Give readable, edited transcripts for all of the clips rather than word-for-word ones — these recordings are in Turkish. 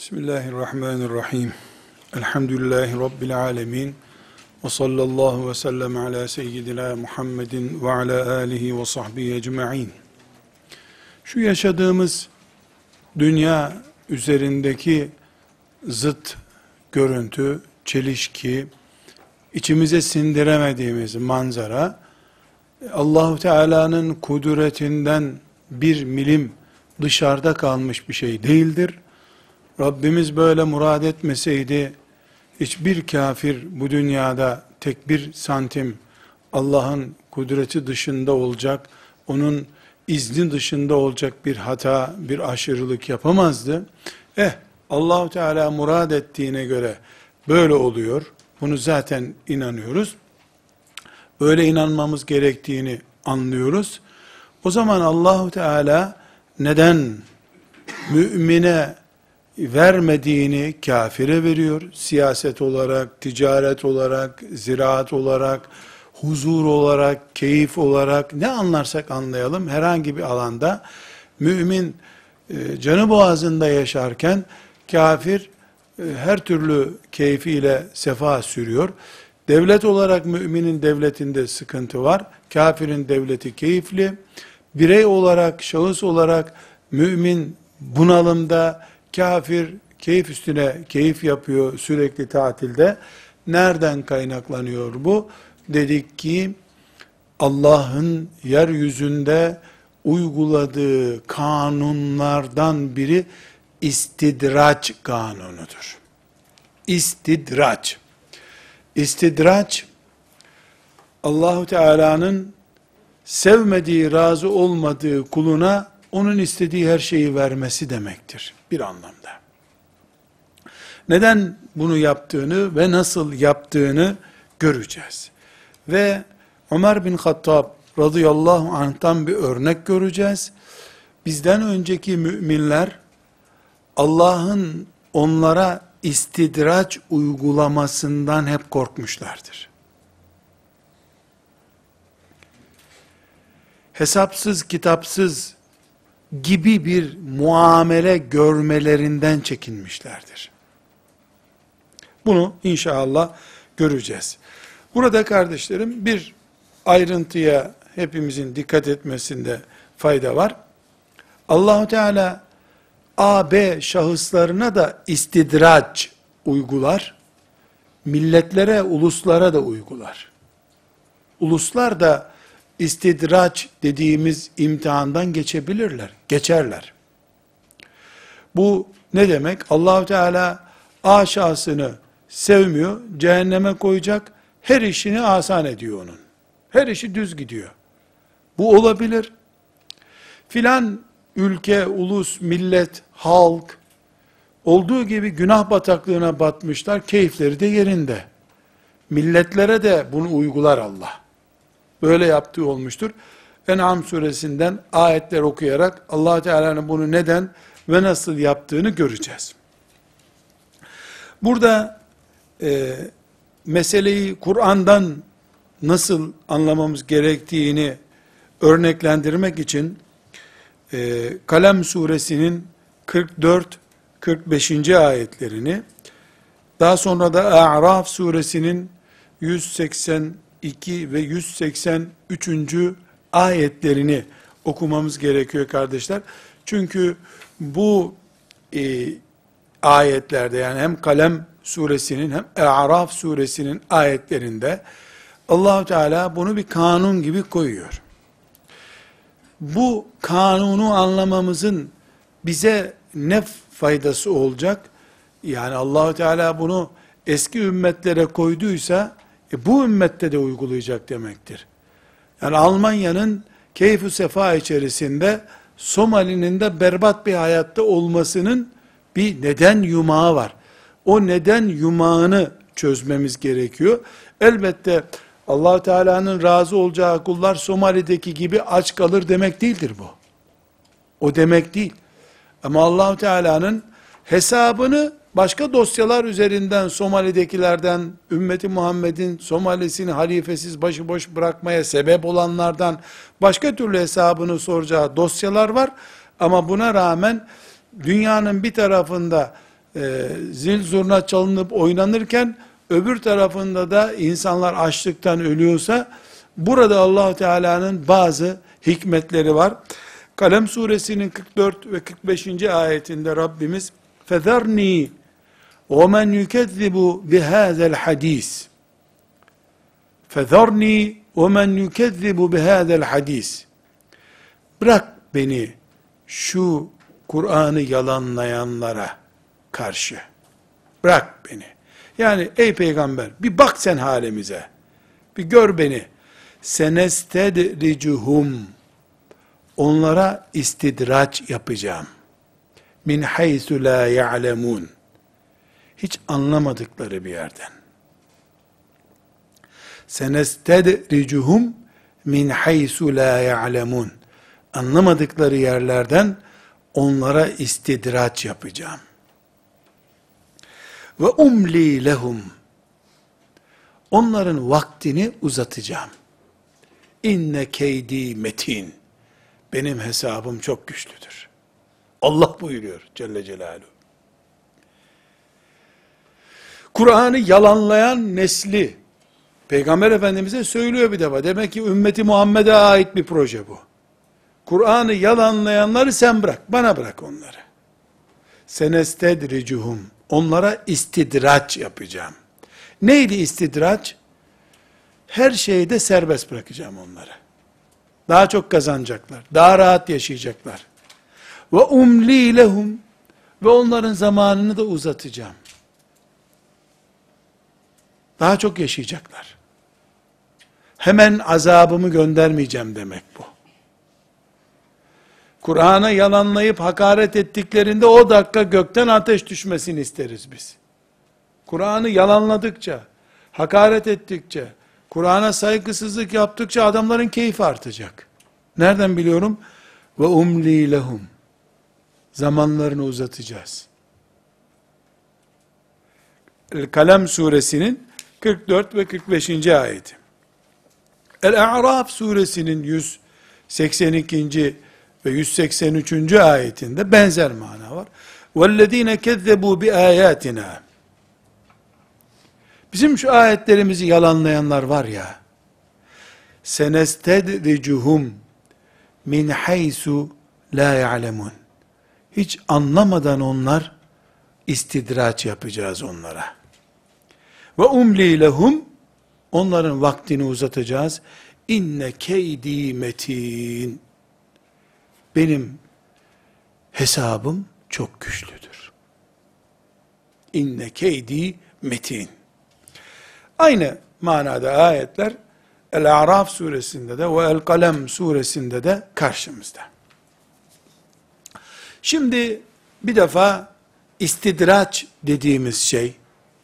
Bismillahirrahmanirrahim. Elhamdülillahi Rabbil alemin. Ve sallallahu ve sellem ala seyyidina Muhammedin ve ala alihi ve sahbihi ecma'in. Şu yaşadığımız dünya üzerindeki zıt görüntü, çelişki, içimize sindiremediğimiz manzara, Allahu Teala'nın kudretinden bir milim dışarıda kalmış bir şey değildir. Rabbimiz böyle murad etmeseydi, hiçbir kafir bu dünyada tek bir santim Allah'ın kudreti dışında olacak, onun izni dışında olacak bir hata, bir aşırılık yapamazdı. Allahu Teala murad ettiğine göre böyle oluyor. Bunu zaten inanıyoruz. Böyle inanmamız gerektiğini anlıyoruz. O zaman Allahu Teala neden mümine vermediğini kafire veriyor? Siyaset olarak, ticaret olarak, ziraat olarak, huzur olarak, keyif olarak, ne anlarsak anlayalım, herhangi bir alanda mümin canı boğazında yaşarken kafir her türlü keyfiyle sefa sürüyor. Devlet olarak müminin devletinde sıkıntı var. Kafirin devleti keyifli. Birey olarak, şahıs olarak mümin bunalımda, kafir keyif üstüne keyif yapıyor sürekli tatilde. Nereden kaynaklanıyor bu? Dedik ki Allah'ın yeryüzünde uyguladığı kanunlardan biri istidraç kanunudur. İstidraç. İstidraç, Allahu Teala'nın sevmediği, razı olmadığı kuluna onun istediği her şeyi vermesi demektir bir anlamda. Neden bunu yaptığını ve nasıl yaptığını göreceğiz. Ve Ömer bin Hattab radıyallahu anh'tan bir örnek göreceğiz. Bizden önceki müminler Allah'ın onlara istidraç uygulamasından hep korkmuşlardır. Hesapsız kitapsız gibi bir muamele görmelerinden çekinmişlerdir. Bunu inşallah göreceğiz. Burada kardeşlerim bir ayrıntıya hepimizin dikkat etmesinde fayda var. Allahu Teala A, B şahıslarına da istidraç uygular. Milletlere, uluslara da uygular. Uluslar da istidraç dediğimiz imtihandan geçebilirler, geçerler. Bu ne demek? Allahu Teala A şahsını sevmiyor, cehenneme koyacak, her işini asan ediyor onun. Her işi düz gidiyor. Bu olabilir. Filan ülke, ulus, millet, halk olduğu gibi günah bataklığına batmışlar, keyifleri de yerinde. Milletlere de bunu uygular Allah. Böyle yaptığı olmuştur. En'am suresinden ayetler okuyarak Allah Teala'nın bunu neden ve nasıl yaptığını göreceğiz. Burada meseleyi Kur'an'dan nasıl anlamamız gerektiğini örneklendirmek için Kalem suresinin 44-45. ayetlerini, daha sonra da A'raf suresinin 182 ve 183. ayetlerini okumamız gerekiyor kardeşler. Çünkü bu ayetlerde, yani hem Kalem suresinin hem A'raf suresinin ayetlerinde Allah-u Teala bunu bir kanun gibi koyuyor. Bu kanunu anlamamızın bize ne faydası olacak? Yani Allah-u Teala bunu eski ümmetlere koyduysa bu ümmette de uygulayacak demektir. Yani Almanya'nın keyf-ü sefa içerisinde Somali'nin de berbat bir hayatta olmasının bir neden yumağı var. O neden yumağını çözmemiz gerekiyor. Elbette Allah Teala'nın razı olacağı kullar Somali'deki gibi aç kalır demek değildir bu. O demek değil. Ama Allah Teala'nın hesabını başka dosyalar üzerinden Somali'dekilerden, ümmeti Muhammed'in Somali'sini halifesiz başıboş bırakmaya sebep olanlardan başka türlü hesabını soracağı dosyalar var. Ama buna rağmen dünyanın bir tarafında zil zurna çalınıp oynanırken, öbür tarafında da insanlar açlıktan ölüyorsa, burada Allah Teala'nın bazı hikmetleri var. Kalem suresinin 44 ve 45. ayetinde Rabbimiz فَذَرْنِي وَمَنْ يُكَذِّبُ بِهَذَا الْحَد۪يسِ فَذَرْنِي وَمَنْ يُكَذِّبُ بِهَذَا الْحَد۪يسِ Bırak beni şu Kur'an'ı yalanlayanlara karşı. Bırak beni. Yani ey peygamber, bir bak sen halimize. Bir gör beni. Senestedricuhum. Onlara istidraç yapacağım. Min haysu la ya'lemun. Hiç anlamadıkları bir yerden. Senestedricuhum min haysu la ya'lemun. Anlamadıkları yerlerden onlara istidraç yapacağım. Ve umli lehum. Onların vaktini uzatacağım. İnne keydi metin. Benim hesabım çok güçlüdür. Allah buyuruyor Celle Celaluhu. Kur'an'ı yalanlayan nesli Peygamber Efendimiz'e söylüyor bir defa. Demek ki ümmeti Muhammed'e ait bir proje bu. Kur'an'ı yalanlayanları sen bırak. Bana bırak onları. Senestedricuhum. Onlara istidraç yapacağım. Neydi istidraç? Her şeyde serbest bırakacağım onları. Daha çok kazanacaklar. Daha rahat yaşayacaklar. Ve umli lehum. Ve onların zamanını da uzatacağım. Daha çok yaşayacaklar. Hemen azabımı göndermeyeceğim demek bu. Kur'an'a yalanlayıp hakaret ettiklerinde o dakika gökten ateş düşmesini isteriz biz. Kur'an'ı yalanladıkça, hakaret ettikçe, Kur'an'a saygısızlık yaptıkça adamların keyfi artacak. Nereden biliyorum? Ve umli lehum. Zamanlarını uzatacağız. Kalem suresinin 44 ve 45. ayeti. El-A'raf suresinin 182. ve 183. ayetinde benzer mana var. وَالَّذ۪ينَ كَذَّبُوا بِآيَاتِنَا Bizim şu ayetlerimizi yalanlayanlar var ya, سَنَسْتَدْرِجُهُمْ مِنْ حَيْسُ لَا يَعْلَمُونَ Hiç anlamadan onlar istidraç yapacağız onlara. وَاُمْلِي لَهُمْ Onların vaktini uzatacağız. İnne keydi metin. Benim hesabım çok güçlüdür. İnne keydi metin. Aynı manada ayetler El-A'raf suresinde de ve El-Kalem suresinde de karşımızda. Şimdi bir defa istidraç dediğimiz şey,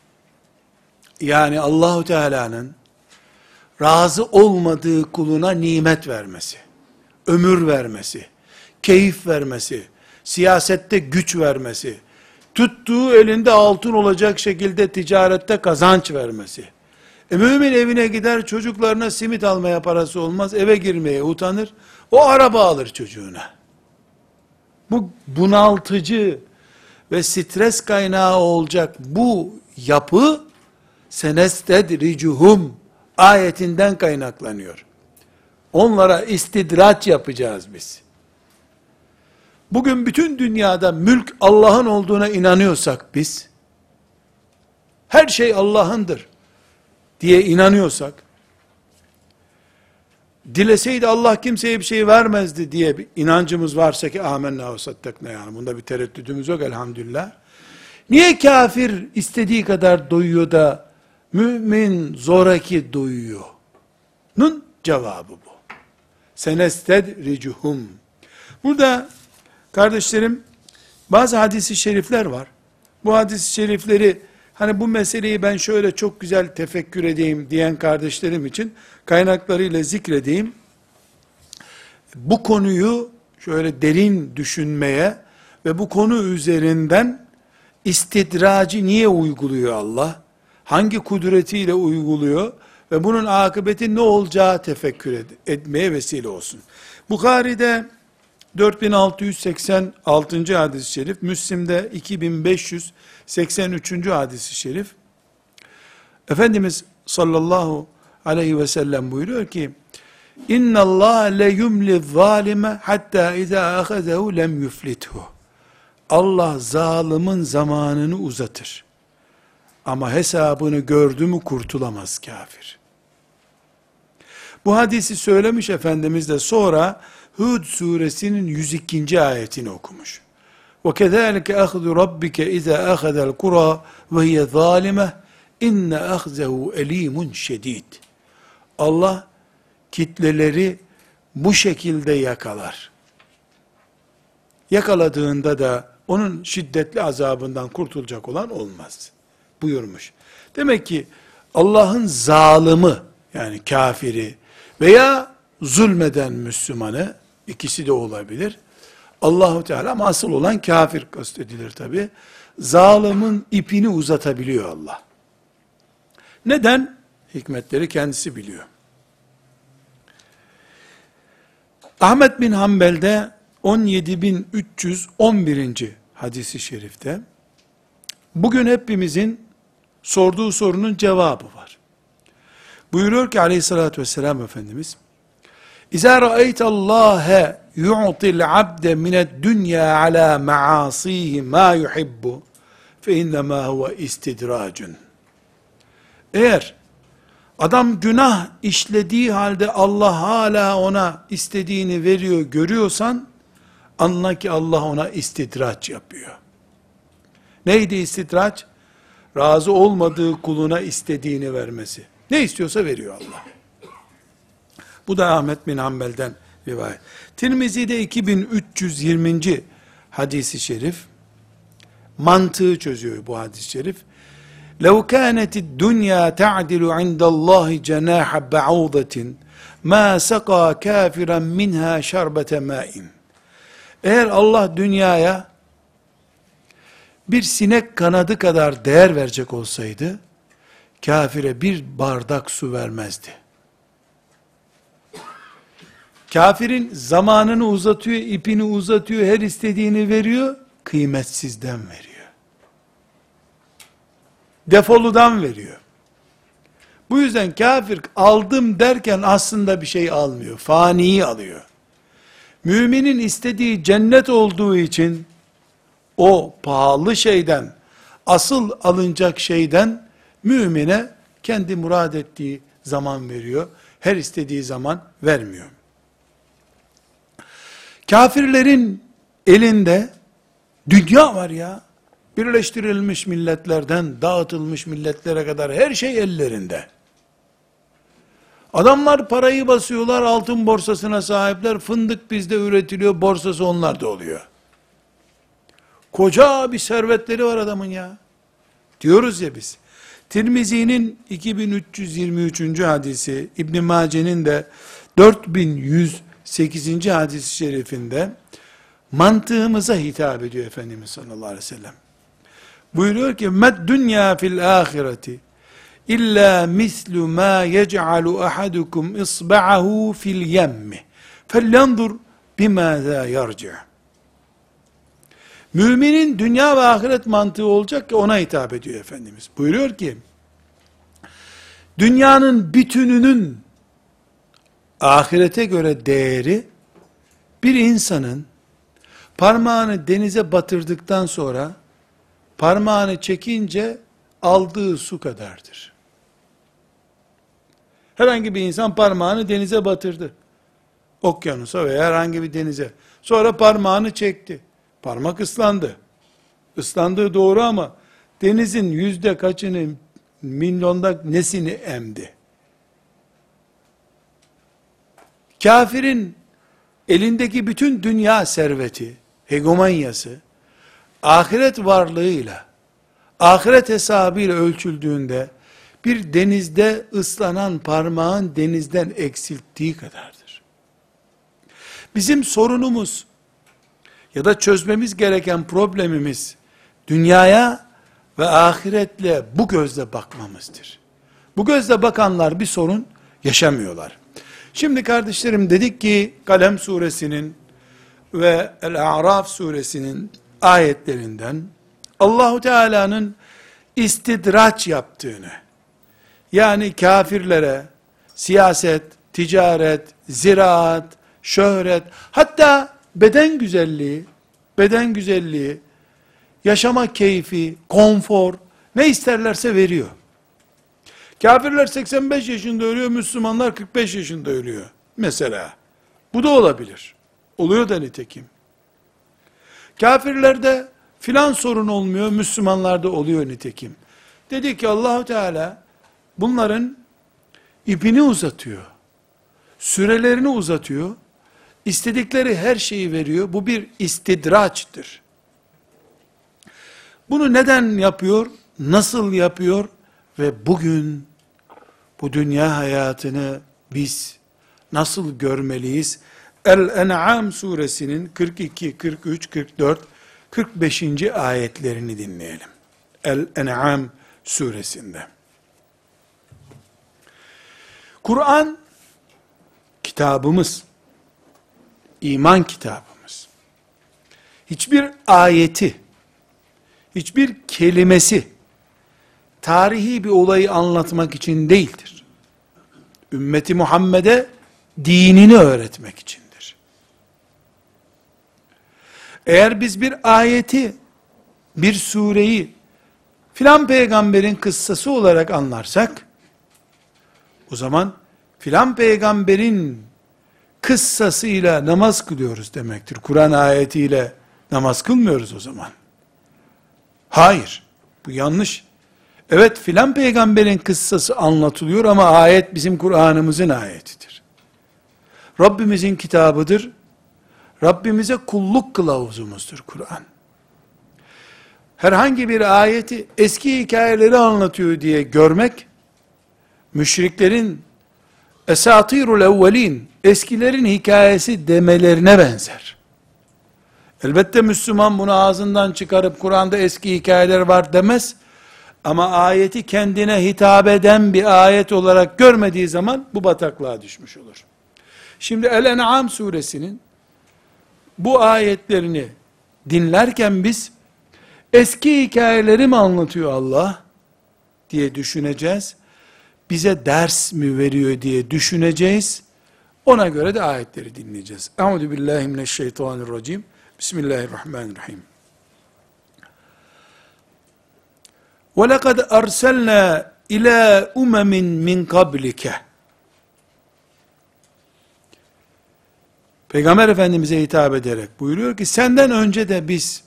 yani Allahu Teala'nın razı olmadığı kuluna nimet vermesi, ömür vermesi, keyif vermesi, siyasette güç vermesi, tuttuğu elinde altın olacak şekilde ticarette kazanç vermesi. Mümin evine gider, çocuklarına simit almaya parası olmaz, eve girmeye utanır, o araba alır çocuğuna. Bu bunaltıcı ve stres kaynağı olacak bu yapı, senestedricuhum ayetinden kaynaklanıyor. Onlara istidraç yapacağız biz. Bugün bütün dünyada mülk Allah'ın olduğuna inanıyorsak biz, her şey Allah'ındır diye inanıyorsak, dileseydi Allah kimseye bir şey vermezdi diye bir inancımız varsa ki amenna ve sattakna, yani bunda bir tereddüdümüz yok elhamdülillah. Niye kafir istediği kadar doyuyor da mümin zoraki doyuyor? Nun cevabı bu. Senestedricuhum. Burada kardeşlerim bazı hadis-i şerifler var. Bu hadis-i şerifleri hani bu meseleyi ben şöyle çok güzel tefekkür edeyim diyen kardeşlerim için kaynaklarıyla zikredeyim. Bu konuyu şöyle derin düşünmeye ve bu konu üzerinden istidracı niye uyguluyor Allah? Hangi kudretiyle uyguluyor? Ve bunun akıbeti ne olacağı tefekkür etmeye vesile olsun. Bukhari'de 4686. hadis-i şerif, Müslim'de 2583. hadis-i şerif. Efendimiz sallallahu aleyhi ve sellem buyuruyor ki, İnna Allah le yumli zalime hatta iza ahazehu lem yuflithu. Allah zalimin zamanını uzatır. Ama hesabını gördü mü kurtulamaz kafir. Bu hadisi söylemiş Efendimiz de sonra Hud suresinin 102. ayetini okumuş. وَكَذَٰلِكَ أَخْذُ رَبِّكَ اِذَا أَخَذَ الْقُرَى وَهِيَ ظَالِمَةٌ اِنَّ أَخْزَهُ اَل۪يمٌ شَد۪يدٌ. Allah kitleleri bu şekilde yakalar. Yakaladığında da onun şiddetli azabından kurtulacak olan olmaz buyurmuş. Demek ki Allah'ın zalimi, yani kafiri veya zulmeden Müslümanı, ikisi de olabilir. Allahu Teala, ama asıl olan kafir kastedilir tabi. Zalimin ipini uzatabiliyor Allah. Neden? Hikmetleri kendisi biliyor. Ahmet bin Hanbel'de 17.311. hadisi şerifte bugün hepimizin sorduğu sorunun cevabı var. Buyuruyor ki aleyhissalatü vesselam Efendimiz, İzâ ra'eyte Allâhe yu'til abde mined dünya ala maasîhi mâ yuhibbu fe innemâ huve istidracun. Eğer adam günah işlediği halde Allah hala ona istediğini veriyor görüyorsan, anla ki Allah ona istidraç yapıyor. Neydi istidraç? Razı olmadığı kuluna istediğini vermesi. Ne istiyorsa veriyor Allah. Bu da Ahmet bin Hanbel'den rivayet. Tirmizi'de 2320. hadisi şerif, mantığı çözüyor bu hadis-i şerif. لَوْ كَانَتِ الدُّنْيَا تَعْدِلُ عِنْدَ اللّٰهِ جَنَاحَ بَعُوضَةٍ مَا سَقَى كَافِرًا مِنْهَا شَرْبَةَ مَاءٍ. Eğer Allah dünyaya bir sinek kanadı kadar değer verecek olsaydı, kafire bir bardak su vermezdi. Kafirin zamanını uzatıyor, ipini uzatıyor, her istediğini veriyor, kıymetsizden veriyor. Defoludan veriyor. Bu yüzden kafir aldım derken aslında bir şey almıyor, faniyi alıyor. Müminin istediği cennet olduğu için, o pahalı şeyden, asıl alınacak şeyden, mümine kendi murad ettiği zaman veriyor, her istediği zaman vermiyor. Kafirlerin elinde dünya var ya, birleştirilmiş milletlerden dağıtılmış milletlere kadar her şey ellerinde. Adamlar parayı basıyorlar, altın borsasına sahipler, fındık bizde üretiliyor, borsası onlarda oluyor. Koca bir servetleri var adamın ya. Diyoruz ya biz. Tirmizi'nin 2323. hadisi, İbn Mace'nin de 4108. hadis-i şerifinde mantığımıza hitap ediyor Efendimiz sallallahu aleyhi ve sellem. Buyuruyor ki, "Med dünya fil ahireti illa mislu ma yec'alu ahadukum isba'ahu fil yemmi felyanzur bimâzâ yarci'." Müminin dünya ve ahiret mantığı olacak ki ona hitap ediyor Efendimiz. Buyuruyor ki, dünyanın bütününün ahirete göre değeri, bir insanın parmağını denize batırdıktan sonra, parmağını çekince aldığı su kadardır. Herhangi bir insan parmağını denize batırdı. Okyanusa veya herhangi bir denize. Sonra parmağını çekti. Parmak ıslandı. Islandığı doğru ama denizin yüzde kaçını, milyonda nesini emdi? Kafirin elindeki bütün dünya serveti, hegemonyası, ahiret varlığıyla, ahiret hesabıyla ölçüldüğünde, bir denizde ıslanan parmağın denizden eksilttiği kadardır. Bizim sorunumuz, ya da çözmemiz gereken problemimiz, dünyaya ve ahiretle bu gözle bakmamızdır. Bu gözle bakanlar bir sorun yaşamıyorlar. Şimdi kardeşlerim, dedik ki Kalem suresinin ve El-A'raf suresinin ayetlerinden Allahu Teala'nın istidraç yaptığını, yani kafirlere siyaset, ticaret, ziraat, şöhret, hatta beden güzelliği, yaşama keyfi, konfor, ne isterlerse veriyor. Kafirler 85 yaşında ölüyor, Müslümanlar 45 yaşında ölüyor. Mesela. Bu da olabilir. Oluyor da nitekim. Kafirlerde filan sorun olmuyor, Müslümanlarda oluyor nitekim. Dedi ki Allahu Teala bunların ipini uzatıyor. Sürelerini uzatıyor. İstedikleri her şeyi veriyor. Bu bir istidraçtır. Bunu neden yapıyor? Nasıl yapıyor? Ve bugün bu dünya hayatını biz nasıl görmeliyiz? El-En'am suresinin 42, 43, 44, 45. ayetlerini dinleyelim. El-En'am suresinde. Kur'an kitabımız, iman kitabımız. Hiçbir ayeti, hiçbir kelimesi tarihi bir olayı anlatmak için değildir. Ümmeti Muhammed'e dinini öğretmek içindir. Eğer biz bir ayeti, bir sureyi filan peygamberin kıssası olarak anlarsak, o zaman filan peygamberin kıssasıyla namaz kılıyoruz demektir. Kur'an ayetiyle namaz kılmıyoruz o zaman. Hayır, bu yanlış. Evet, filan peygamberin kıssası anlatılıyor ama ayet bizim Kur'an'ımızın ayetidir. Rabbimizin kitabıdır. Rabbimize kulluk kılavuzumuzdur Kur'an. Herhangi bir ayeti eski hikayeleri anlatıyor diye görmek, müşriklerin esatirul evvelin, eskilerin hikayesi demelerine benzer. Elbette Müslüman bunu ağzından çıkarıp Kur'an'da eski hikayeler var demez. Ama ayeti kendine hitap eden bir ayet olarak görmediği zaman bu bataklığa düşmüş olur. Şimdi El-En'am suresinin bu ayetlerini dinlerken biz eski hikayeleri mi anlatıyor Allah diye düşüneceğiz. Bize ders mi veriyor diye düşüneceğiz. Ona göre de ayetleri dinleyeceğiz. Euzubillahimineşşeytanirracim. Bismillahirrahmanirrahim. وَلَقَدْ أَرْسَلْنَا إِلَى أُمَمٍ مِّنْ قَبْلِكَ Peygamber Efendimiz'e hitap ederek buyuruyor ki, senden önce de biz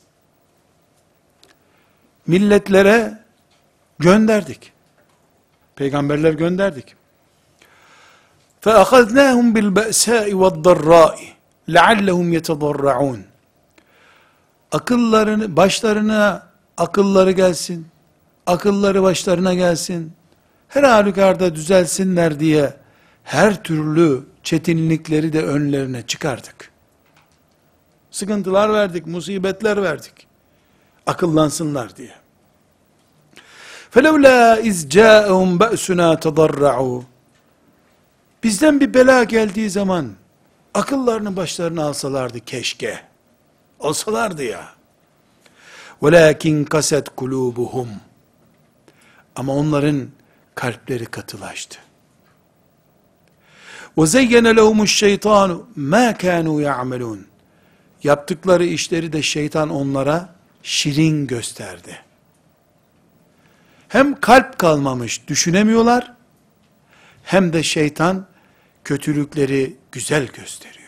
milletlere gönderdik. Peygamberler gönderdik. فَأَخَذْنَاهُمْ بِالْبَأْسَاءِ وَالضَّرَّاءِ لَعَلَّهُمْ يَتَضَرَّعُونَ Başlarına akılları gelsin, akılları başlarına gelsin, her halükarda düzelsinler diye her türlü çetinlikleri de önlerine çıkardık. Sıkıntılar verdik, musibetler verdik. Akıllansınlar diye. فَلَوْلَا اِذْ جَاءَهُمْ بَأْسُنَا تَضَرَّعُوا Bizden bir bela geldiği zaman akıllarını başlarına alsalardı keşke. Alsalardı ya. وَلَاكِنْ قَسَتْ قُلُوبُهُمْ Ama onların kalpleri katılaştı. وَزَيَّنَ لَهُمُ الشَّيْطَانُ مَا كَانُوا يَعْمَلُونَ Yaptıkları işleri de şeytan onlara şirin gösterdi. Hem kalp kalmamış, düşünemiyorlar, hem de şeytan kötülükleri güzel gösteriyor.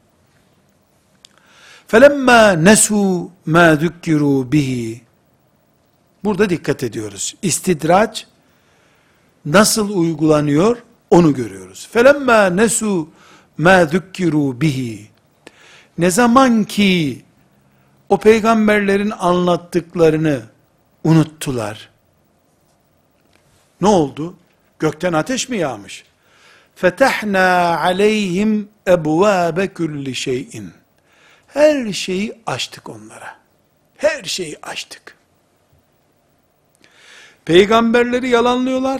فَلَمَّا نَسُوا مَا ذُكِّرُوا بِهِ Burada dikkat ediyoruz. İstidraç nasıl uygulanıyor onu görüyoruz. فَلَمَّا نَسُوا مَا ذُكِّرُوا بِهِ Ne zaman ki o peygamberlerin anlattıklarını unuttular. Ne oldu? Gökten ateş mi yağmış? فَتَحْنَا عَلَيْهِمْ اَبْوَابَ كُلِّ شَيْءٍ Her şeyi açtık onlara. Her şeyi açtık. Peygamberleri yalanlıyorlar.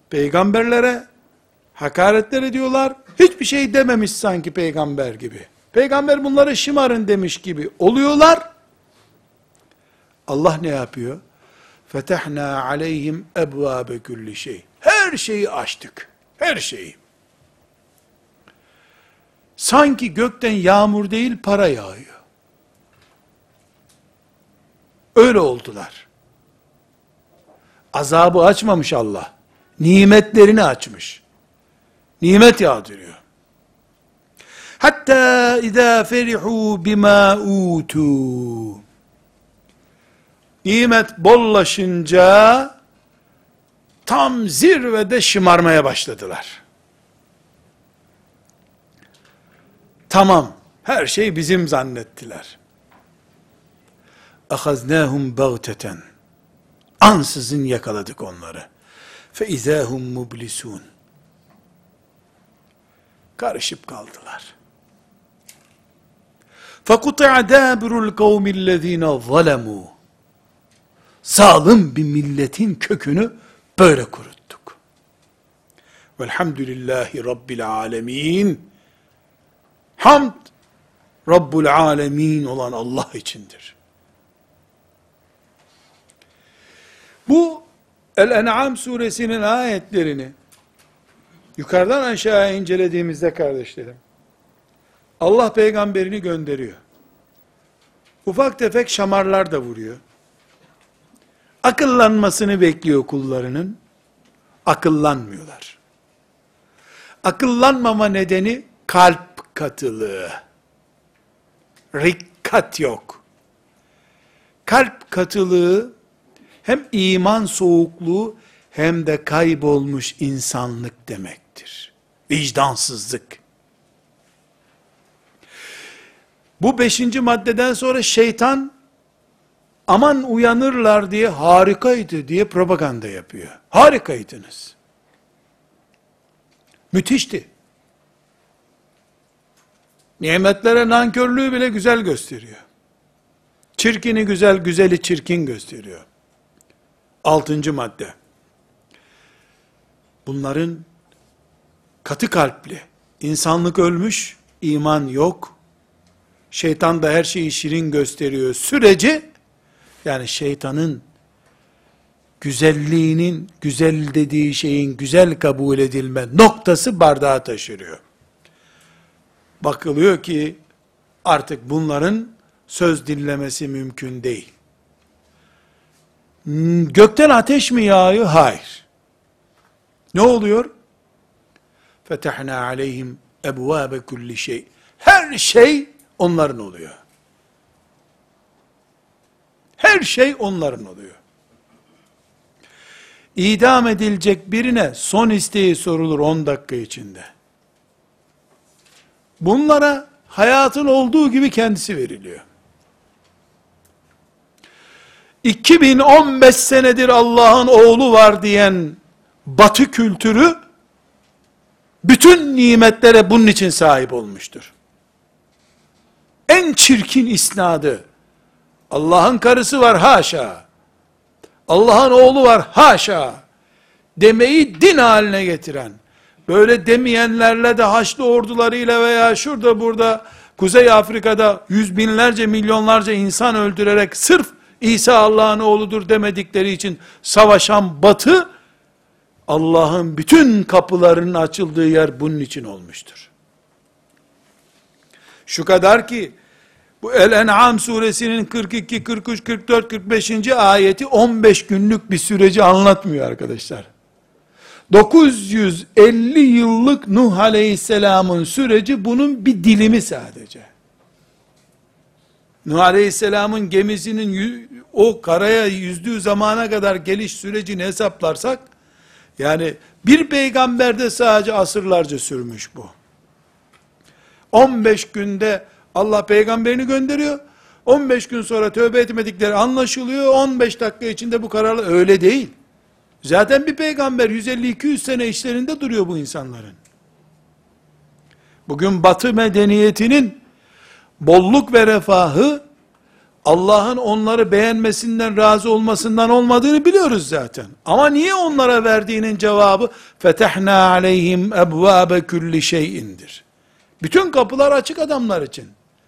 Peygamberlere hakaretler ediyorlar. Hiçbir şey dememiş sanki peygamber gibi. Peygamber bunları şımarın demiş gibi oluyorlar. Allah ne yapıyor? Fetahna aleyhim ebvâbe külli şey. Her şeyi açtık. Her şeyi. Sanki gökten yağmur değil para yağıyor. Öyle oldular. Azabı açmamış Allah. Nimetlerini açmış. Nimet yağdırıyor. Hatta izâ ferihû bimâûtû. Nimet bollaşınca tam zirvede şımarmaya başladılar. Tamam, her şey bizim zannettiler. اَخَذْنَاهُمْ بَغْتَةً. Ansızın yakaladık onları. فَاِذَا هُمْ مُبْلِسُونَ. Karışıp kaldılar. فَقُطِعَ دَابِرُ الْقَوْمِ الَّذ۪ينَ ظَلَمُوا. Zalim bir milletin kökünü böyle kuruttuk. Velhamdülillahi Rabbil alemin. Hamd, Rabbul alemin olan Allah içindir. Bu El-En'am suresinin ayetlerini yukarıdan aşağıya incelediğimizde kardeşlerim, Allah peygamberini gönderiyor. Ufak tefek şamarlar da vuruyor. Akıllanmasını bekliyor kullarının. Akıllanmıyorlar. Akıllanmama nedeni kalp katılığı. Rikkat yok. Kalp katılığı hem iman soğukluğu hem de kaybolmuş insanlık demektir. Vicdansızlık. Bu 5. maddeden sonra şeytan aman uyanırlar diye harikaydı diye propaganda yapıyor. Harikaydınız. Müthişti. Nimetlere nankörlüğü bile güzel gösteriyor. Çirkini güzel, güzeli çirkin gösteriyor. 6. madde. Bunların katı kalpli, insanlık ölmüş, iman yok. Şeytan da her şeyi şirin gösteriyor süreci, yani şeytanın güzelliğinin, güzel dediği şeyin güzel kabul edilme noktası bardağı taşırıyor. Bakılıyor ki artık bunların söz dinlemesi mümkün değil. Gökten ateş mi yağıyor? Hayır. Ne oluyor? Fetahna aleyhim ebvâbe kulli şey. Her şey onların oluyor. Her şey onların oluyor. İdam edilecek birine son isteği sorulur 10 dakika içinde. Bunlara hayatın olduğu gibi kendisi veriliyor. 2015 senedir Allah'ın oğlu var diyen Batı kültürü bütün nimetlere bunun için sahip olmuştur. En çirkin isnadı, Allah'ın karısı var haşa, Allah'ın oğlu var haşa demeyi din haline getiren, böyle demeyenlerle de Haçlı ordularıyla veya şurada burada Kuzey Afrika'da yüz binlerce milyonlarca insan öldürerek sırf İsa Allah'ın oğludur demedikleri için savaşan Batı, Allah'ın bütün kapılarının açıldığı yer bunun için olmuştur. Şu kadar ki, bu El-En'am suresinin 42, 43, 44, 45. ayeti 15 günlük bir süreci anlatmıyor arkadaşlar. 950 yıllık Nuh Aleyhisselam'ın süreci bunun bir dilimi sadece. Nuh Aleyhisselam'ın gemisinin o karaya yüzdüğü zamana kadar geliş sürecini hesaplarsak, yani bir peygamberde sadece asırlarca sürmüş bu. 15 günde Allah peygamberini gönderiyor, 15 gün sonra tövbe etmedikleri anlaşılıyor, 15 dakika içinde bu kararla, öyle değil. Zaten bir peygamber 150-200 sene işlerinde duruyor bu insanların. Bugün Batı medeniyetinin bolluk ve refahı, Allah'ın onları beğenmesinden, razı olmasından olmadığını biliyoruz zaten. Ama niye onlara verdiğinin cevabı, fetahna aleyhim ebvâbe külli şeyindir. Bütün kapılar açık adamlar için.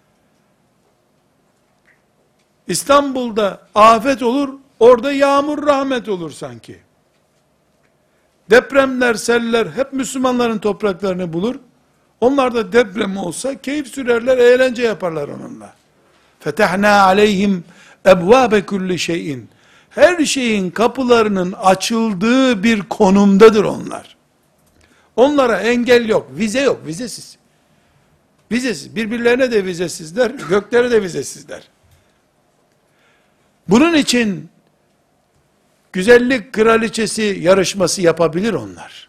İstanbul'da afet olur, orada yağmur rahmet olur sanki. Depremler, seller hep Müslümanların topraklarını bulur. Onlar da deprem olsa keyif sürerler, eğlence yaparlar onunla. Fetahna aleyhim ebvabe kulli şeyin. Her şeyin kapılarının açıldığı bir konumdadır onlar. Onlara engel yok, vize yok, vizesiz. Vizesiz, birbirlerine de vizesizler, göklere de vizesizler. Bunun için güzellik kraliçesi yarışması yapabilir onlar.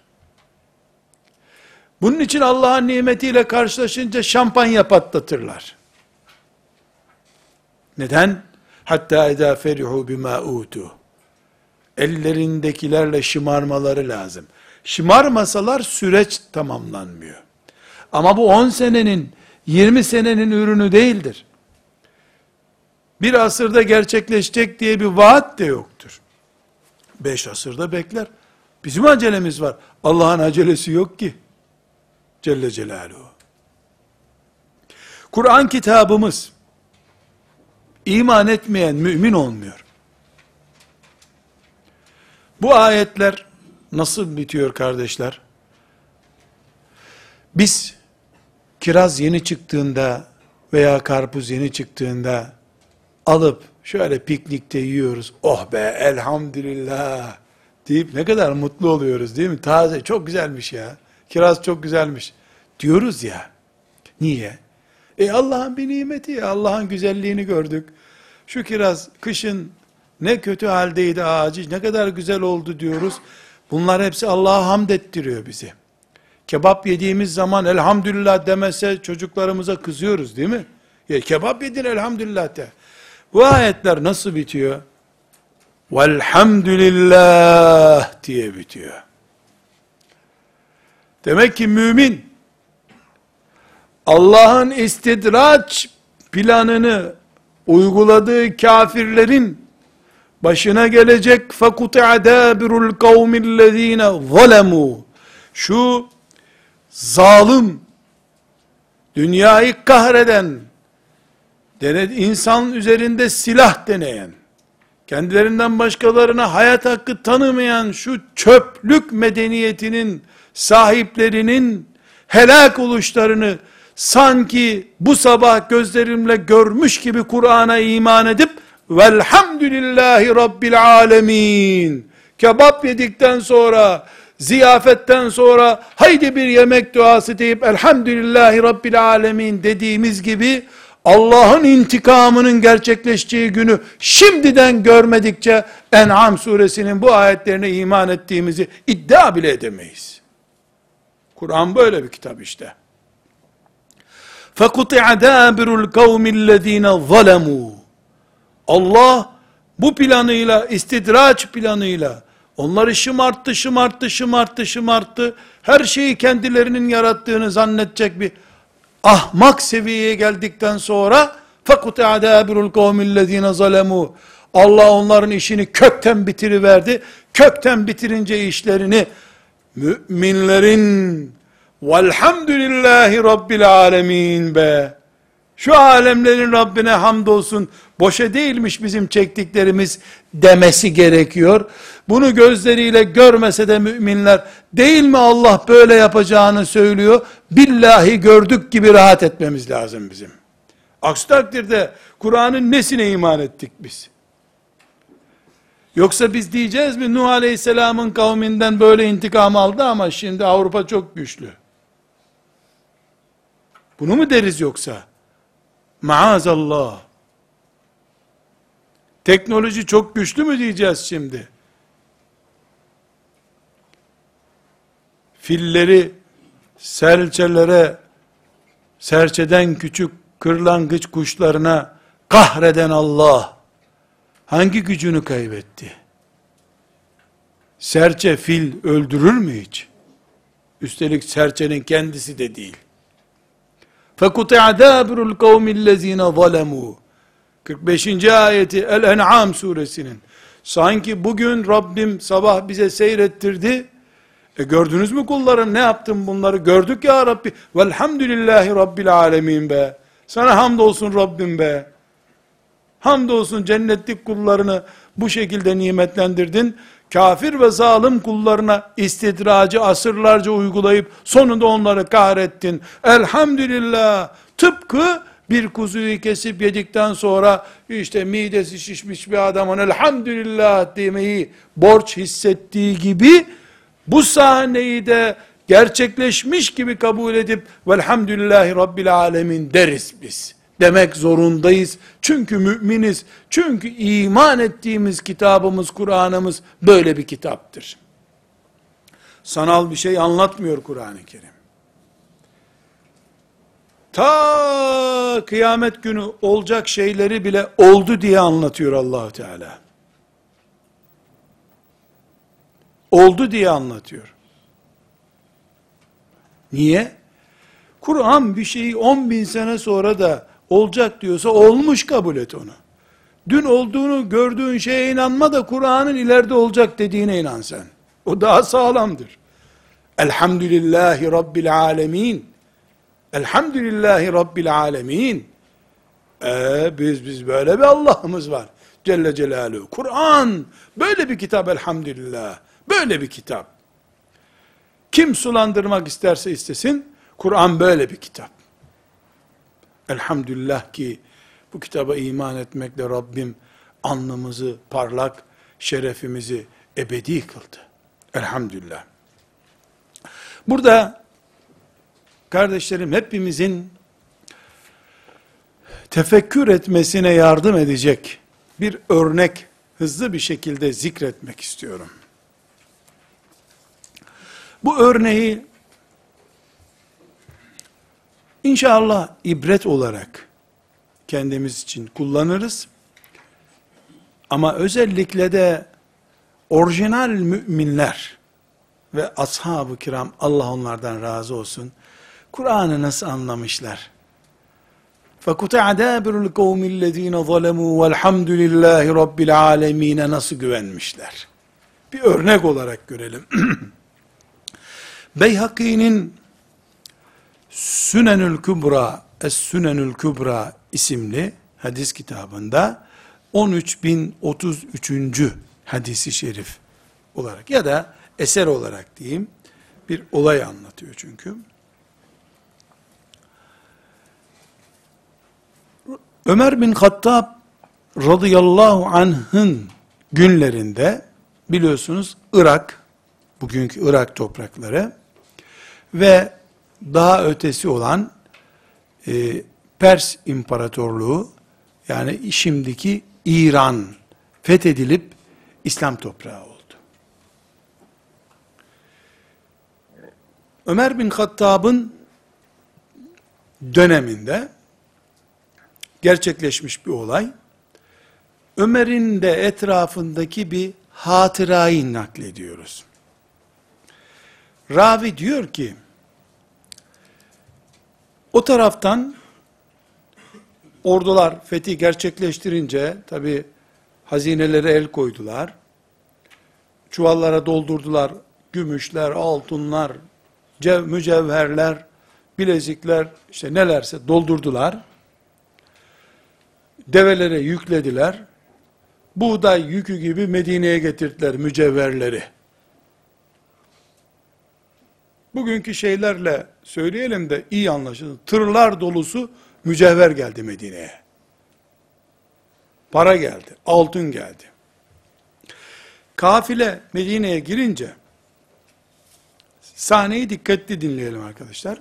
Bunun için Allah'ın nimetiyle karşılaşınca şampanya patlatırlar. Neden? Hatta edâ ferihu bimâ ûtû. Ellerindekilerle şımarmaları lazım. Şımarmasalar süreç tamamlanmıyor. Ama bu 10 senenin, 20 senenin ürünü değildir. Bir asırda gerçekleşecek diye bir vaat de yoktur. 5 asırda bekler. Bizim acelemiz var. Allah'ın acelesi yok ki. Celle Celaluhu. Kur'an kitabımız, iman etmeyen mümin olmuyor. Bu ayetler nasıl bitiyor kardeşler? Biz kiraz yeni çıktığında veya karpuz yeni çıktığında alıp şöyle piknikte yiyoruz. Oh be elhamdülillah deyip ne kadar mutlu oluyoruz değil mi? Taze çok güzelmiş ya. Kiraz çok güzelmiş diyoruz ya. Niye? Allah'ın bir nimeti ya. Allah'ın güzelliğini gördük. Şu kiraz kışın ne kötü haldeydi ağacı, ne kadar güzel oldu diyoruz. Bunlar hepsi Allah'a hamd ettiriyor bizi. Kebap yediğimiz zaman elhamdülillah demese çocuklarımıza kızıyoruz değil mi? Ya kebap yedin elhamdülillah de. Bu ayetler nasıl bitiyor? Velhamdülillah diye bitiyor. Demek ki mümin Allah'ın istidraç planını uyguladığı kafirlerin başına gelecek فَقُطِعَ دَابِرُ الْقَوْمِ الَّذ۪ينَ ظَلَمُوا şu zalim, dünyayı kahreden, insan üzerinde silah deneyen, kendilerinden başkalarına hayat hakkı tanımayan şu çöplük medeniyetinin sahiplerinin helak oluşlarını sanki bu sabah gözlerimle görmüş gibi Kur'an'a iman edip velhamdülillahi rabbil alemin, kebap yedikten sonra, ziyafetten sonra haydi bir yemek duası deyip elhamdülillahi rabbil alemin dediğimiz gibi Allah'ın intikamının gerçekleşeceği günü şimdiden görmedikçe En'am suresinin bu ayetlerine iman ettiğimizi iddia bile edemeyiz. Kur'an böyle bir kitap işte. فَقُطِعَ دَابِرُ الْقَوْمِ الَّذ۪ينَ ظَلَمُوا Allah bu planıyla, istidraç planıyla onları şımarttı. Her şeyi kendilerinin yarattığını zannedecek bir ahmak seviyeye geldikten sonra فَقُطِعَ دَابِرُ الْقَوْمِ الَّذ۪ينَ ظَلَمُوا Allah onların işini kökten bitiriverdi. Kökten bitirince işlerini müminlerin velhamdülillahi rabbil alemin be. Şu alemlerin Rabbine hamdolsun, boşa değilmiş bizim çektiklerimiz demesi gerekiyor. Bunu gözleriyle görmese de müminler, değil mi Allah böyle yapacağını söylüyor, billahi gördük gibi rahat etmemiz lazım bizim. Aksi takdirde Kur'an'ın nesine iman ettik biz? Yoksa biz diyeceğiz mi, Nuh Aleyhisselam'ın kavminden böyle intikam aldı ama şimdi Avrupa çok güçlü. Bunu mu deriz yoksa? Maazallah. Teknoloji çok güçlü mü diyeceğiz şimdi? Filleri, serçelere, serçeden küçük kırlangıç kuşlarına kahreden Allah, hangi gücünü kaybetti? Serçe fil öldürür mü hiç? Üstelik serçenin kendisi de değil. فَقُطِعَ دَابِرُ الْقَوْمِ الَّذ۪ينَ ظَلَمُوا 45. ayeti El-En'am suresinin. Sanki bugün Rabbim sabah bize seyrettirdi. Gördünüz mü kullarım ne yaptım bunları? Gördük ya Rabbi. Velhamdülillahi Rabbil alemin be. Sana hamdolsun Rabbim be. Hamdolsun cennetlik kullarını bu şekilde nimetlendirdin. Kafir ve zalim kullarına istidracı asırlarca uygulayıp sonunda onları kahrettin. Elhamdülillah. Tıpkı bir kuzuyu kesip yedikten sonra işte midesi şişmiş bir adamın elhamdülillah demeyi borç hissettiği gibi bu sahneyi de gerçekleşmiş gibi kabul edip velhamdülillahi Rabbil alemin deriz biz. Demek zorundayız. Çünkü müminiz. Çünkü iman ettiğimiz kitabımız, Kur'an'ımız böyle bir kitaptır. Sanal bir şey anlatmıyor Kur'an-ı Kerim. Ta kıyamet günü olacak şeyleri bile oldu diye anlatıyor Allah Teala. Oldu diye anlatıyor. Niye? Kur'an bir şeyi 10.000 sene sonra da olacak diyorsa olmuş kabul et onu. Dün olduğunu gördüğün şeye inanma da Kur'an'ın ileride olacak dediğine inan sen. O daha sağlamdır. Elhamdülillahi Rabbil alemin. Elhamdülillahi Rabbil alemin. Biz böyle bir Allah'ımız var. Celle Celaluhu. Kur'an böyle bir kitap elhamdülillah. Böyle bir kitap. Kim sulandırmak isterse istesin, Kur'an böyle bir kitap. Elhamdülillah ki bu kitaba iman etmekle Rabbim alnımızı parlak, şerefimizi ebedi kıldı. Elhamdülillah. Burada kardeşlerim hepimizin tefekkür etmesine yardım edecek bir örnek hızlı bir şekilde zikretmek istiyorum. Bu örneği İnşallah ibret olarak kendimiz için kullanırız. Ama özellikle de orijinal müminler ve ashab-ı kiram, Allah onlardan razı olsun, Kur'an'ı nasıl anlamışlar? فَكُتَعَ دَابِرُ الْقَوْمِ الَّذ۪ينَ ظَلَمُوا وَالْحَمْدُ لِلّٰهِ رَبِّ الْعَالَم۪ينَ nasıl güvenmişler? Bir örnek olarak görelim. Beyhaki'nin Sünenül Kübra, Es-Sünenül Kübra isimli hadis kitabında 13.033. hadisi şerif olarak ya da eser olarak diyeyim, bir olay anlatıyor çünkü. Ömer bin Hattab radıyallahu anh'ın günlerinde biliyorsunuz Irak, bugünkü Irak toprakları ve daha ötesi olan Pers İmparatorluğu, yani şimdiki İran fethedilip İslam toprağı oldu. Ömer bin Hattab'ın döneminde gerçekleşmiş bir olay. Ömer'in de etrafındaki bir hatırayı naklediyoruz. Ravi diyor ki, o taraftan ordular fethi gerçekleştirince tabi hazinelere el koydular. Çuvallara doldurdular. Gümüşler, altınlar, mücevherler, bilezikler, işte nelerse doldurdular. Develere yüklediler. Buğday yükü gibi Medine'ye getirdiler mücevherleri. Bugünkü şeylerle söyleyelim de iyi anlaşılır. Tırlar dolusu mücevher geldi Medine'ye. Para geldi, altın geldi. Kafile Medine'ye girince, sahneyi dikkatli dinleyelim arkadaşlar.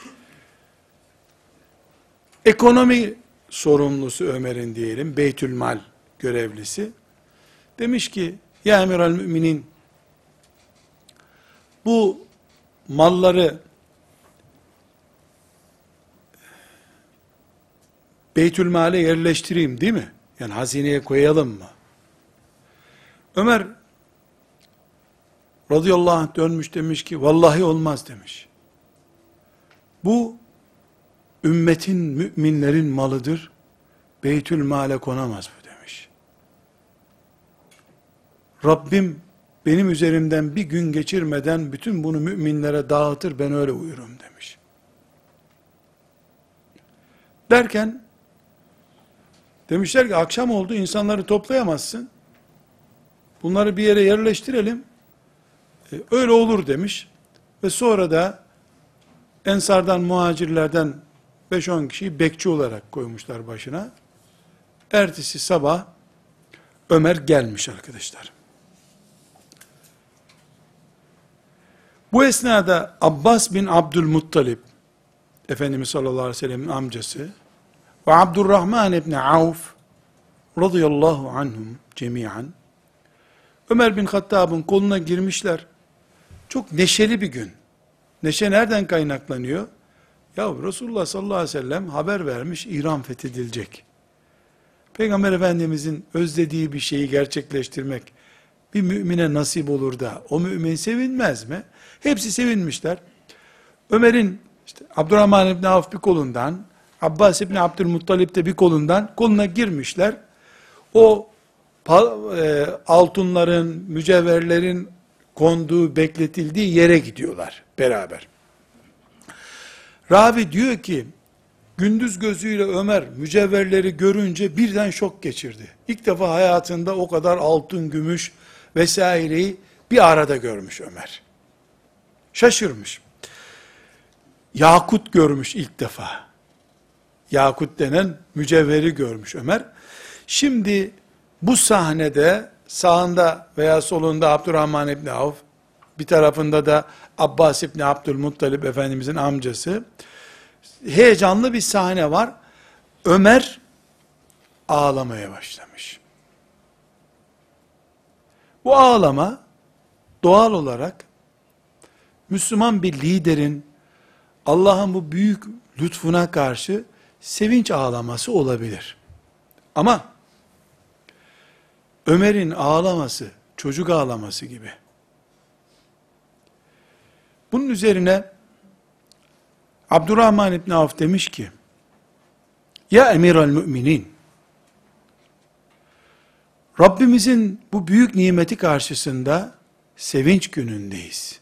Ekonomi sorumlusu Ömer'in diyelim, Beytülmal görevlisi, demiş ki, ya emiral müminin, bu malları Beytülmal'e yerleştireyim değil mi? Yani hazineye koyalım mı? Ömer radıyallahu anh dönmüş, demiş ki vallahi olmaz demiş. Bu ümmetin, müminlerin malıdır. Beytülmal'e konamaz bu demiş. Rabbim benim üzerimden bir gün geçirmeden bütün bunu müminlere dağıtır, ben öyle uyurum demiş. Derken, demişler ki akşam oldu, insanları toplayamazsın. Bunları bir yere yerleştirelim. Öyle olur demiş. Ve sonra da Ensardan, muhacirlerden 5-10 kişiyi bekçi olarak koymuşlar başına. Ertesi sabah Ömer gelmiş arkadaşlar. Bu esnada Abbas bin Abdülmuttalib, Efendimiz sallallahu aleyhi ve sellem'in amcası, ve Abdurrahman ibn Avf radıyallahu anhum cemiyen, Ömer bin Hattab'ın koluna girmişler. Çok neşeli bir gün. Neşe nereden kaynaklanıyor? Ya Resulullah sallallahu aleyhi ve sellem haber vermiş, İran fethedilecek. Peygamber Efendimizin özlediği bir şeyi gerçekleştirmek bir mümine nasip olur da o mümin sevinmez mi? Hepsi sevinmişler. Ömer'in işte Abdurrahman ibn Avf bir kolundan, Abbas ibn Abdülmuttalib de bir kolundan koluna girmişler. O altınların, mücevherlerin konduğu, bekletildiği yere gidiyorlar beraber. Ravi diyor ki, gündüz gözüyle Ömer mücevherleri görünce birden şok geçirdi. İlk defa hayatında o kadar altın, gümüş vesaireyi bir arada görmüş Ömer. Şaşırmış. Yakut görmüş ilk defa. Yakut denen mücevheri görmüş Ömer. Şimdi bu sahnede sağında veya solunda Abdurrahman İbni Avf, bir tarafında da Abbas İbni Abdülmuttalib Efendimizin amcası. Heyecanlı bir sahne var. Ömer ağlamaya başlamış. Bu ağlama doğal olarak Müslüman bir liderin Allah'ın bu büyük lütfuna karşı sevinç ağlaması olabilir. Ama Ömer'in ağlaması çocuk ağlaması gibi. Bunun üzerine Abdurrahman İbni Avf demiş ki, ya emiral müminin, Rabbimizin bu büyük nimeti karşısında sevinç günündeyiz.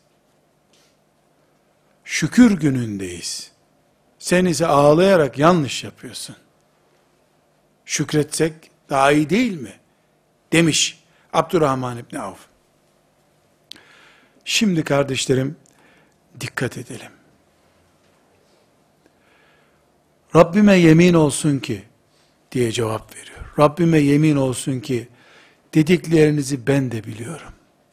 Şükür günündeyiz. Sen ise ağlayarak yanlış yapıyorsun. Şükretsek daha iyi değil mi? Demiş Abdurrahman İbni Avf. Şimdi kardeşlerim, dikkat edelim. Rabbime yemin olsun ki, diye cevap veriyor. Rabbime yemin olsun ki, dediklerinizi ben de biliyorum.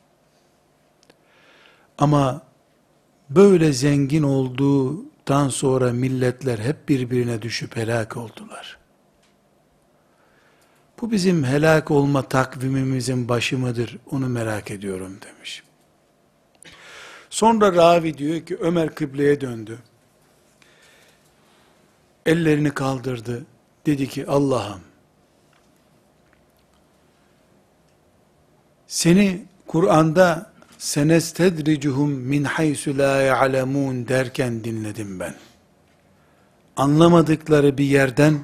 Ama böyle zengin olduktan sonra milletler hep birbirine düşüp helak oldular. Bu bizim helak olma takvimimizin başı mıdır? Onu merak ediyorum demiş. Sonra ravi diyor ki Ömer kıbleye döndü. Ellerini kaldırdı. Dedi ki Allah'ım, seni Kur'an'da senestedricuhum min haysu la ya'lemun derken dinledim ben. Anlamadıkları bir yerden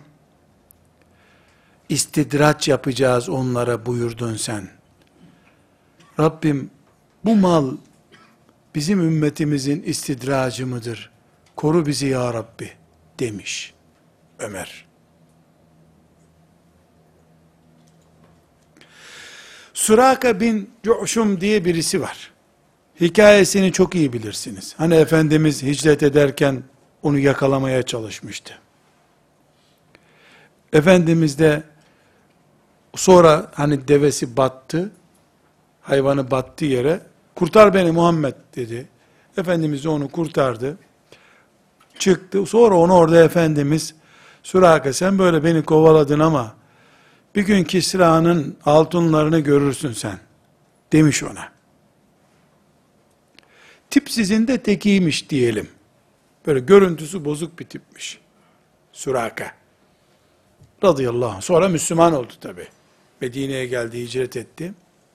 istidraç yapacağız onlara buyurdun sen. Rabbim bu mal bizim ümmetimizin istidracı mıdır? Koru bizi ya Rabbi demiş Ömer. Suraka bin Cu'şum diye birisi var. Hikayesini çok iyi bilirsiniz. Hani Efendimiz hicret ederken onu yakalamaya çalışmıştı. Efendimiz de sonra hani devesi battı, hayvanı battı yere, kurtar beni Muhammed dedi. Efendimiz de onu kurtardı. Çıktı. Sonra onu orada Efendimiz, Suraka sen böyle beni kovaladın ama bir gün Kisra'nın altınlarını görürsün sen demiş ona. Tipsizin de tekiymiş diyelim. Böyle görüntüsü bozuk bir tipmiş. Suraka radıyallahu anh. Sonra Müslüman oldu tabi. Medine'ye geldi, hicret etti.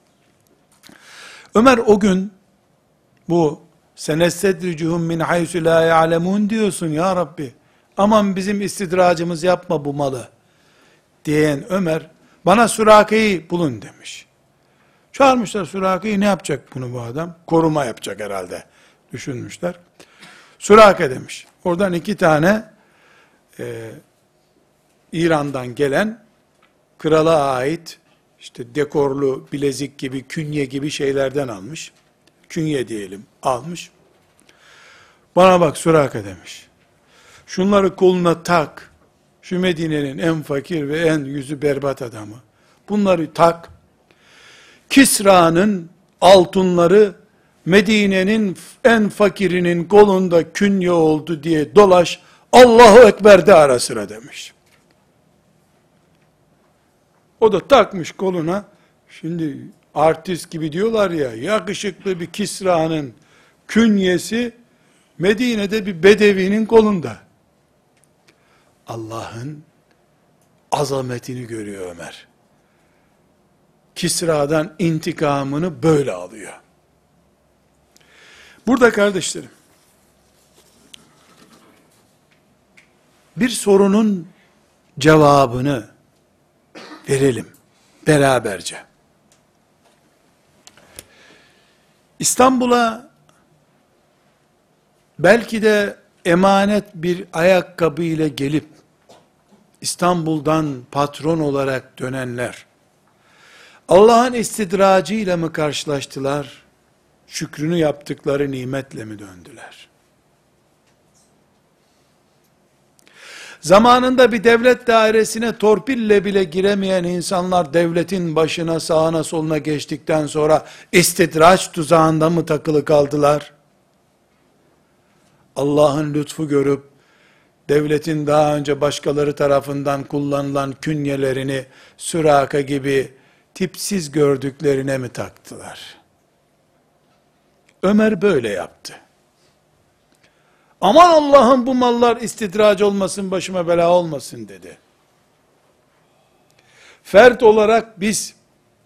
Ömer o gün bu senestedricuhum min haysu la ya'lemun diyorsun ya Rabbi. Aman bizim istidracımız yapma bu malı diyen Ömer bana Suraka'yı bulun demiş. Çağırmışlar Suraka'yı, ne yapacak bunu bu adam? Koruma yapacak herhalde düşünmüşler. Suraka demiş. Oradan 2 tane İran'dan gelen krala ait işte dekorlu bilezik gibi, künye gibi şeylerden almış. Künye diyelim, almış. Bana bak Suraka demiş. Şunları koluna tak. Şu Medine'nin en fakir ve en yüzü berbat adamı. Bunları tak. Kisra'nın altınları Medine'nin en fakirinin kolunda künye oldu diye dolaş. Allahu Ekber de ara sıra demiş. O da takmış koluna. Şimdi artist gibi diyorlar ya, yakışıklı bir Kisra'nın künyesi Medine'de bir bedevinin kolunda. Allah'ın azametini görüyor Ömer. Kisra'dan intikamını böyle alıyor. Burada kardeşlerim, bir sorunun cevabını verelim beraberce. İstanbul'a belki de emanet bir ayakkabı ile gelip İstanbul'dan patron olarak dönenler Allah'ın istidracıyla mı karşılaştılar? Şükrünü yaptıkları nimetle mi döndüler? Zamanında bir devlet dairesine torpille bile giremeyen insanlar devletin başına, sağına, soluna geçtikten sonra istidraç tuzağında mı takılı kaldılar? Allah'ın lütfu görüp devletin daha önce başkaları tarafından kullanılan künyelerini Süraka gibi tipsiz gördüklerine mi taktılar? Ömer böyle yaptı. Aman Allah'ım bu mallar istidrac olmasın, başıma bela olmasın dedi. Fert olarak biz,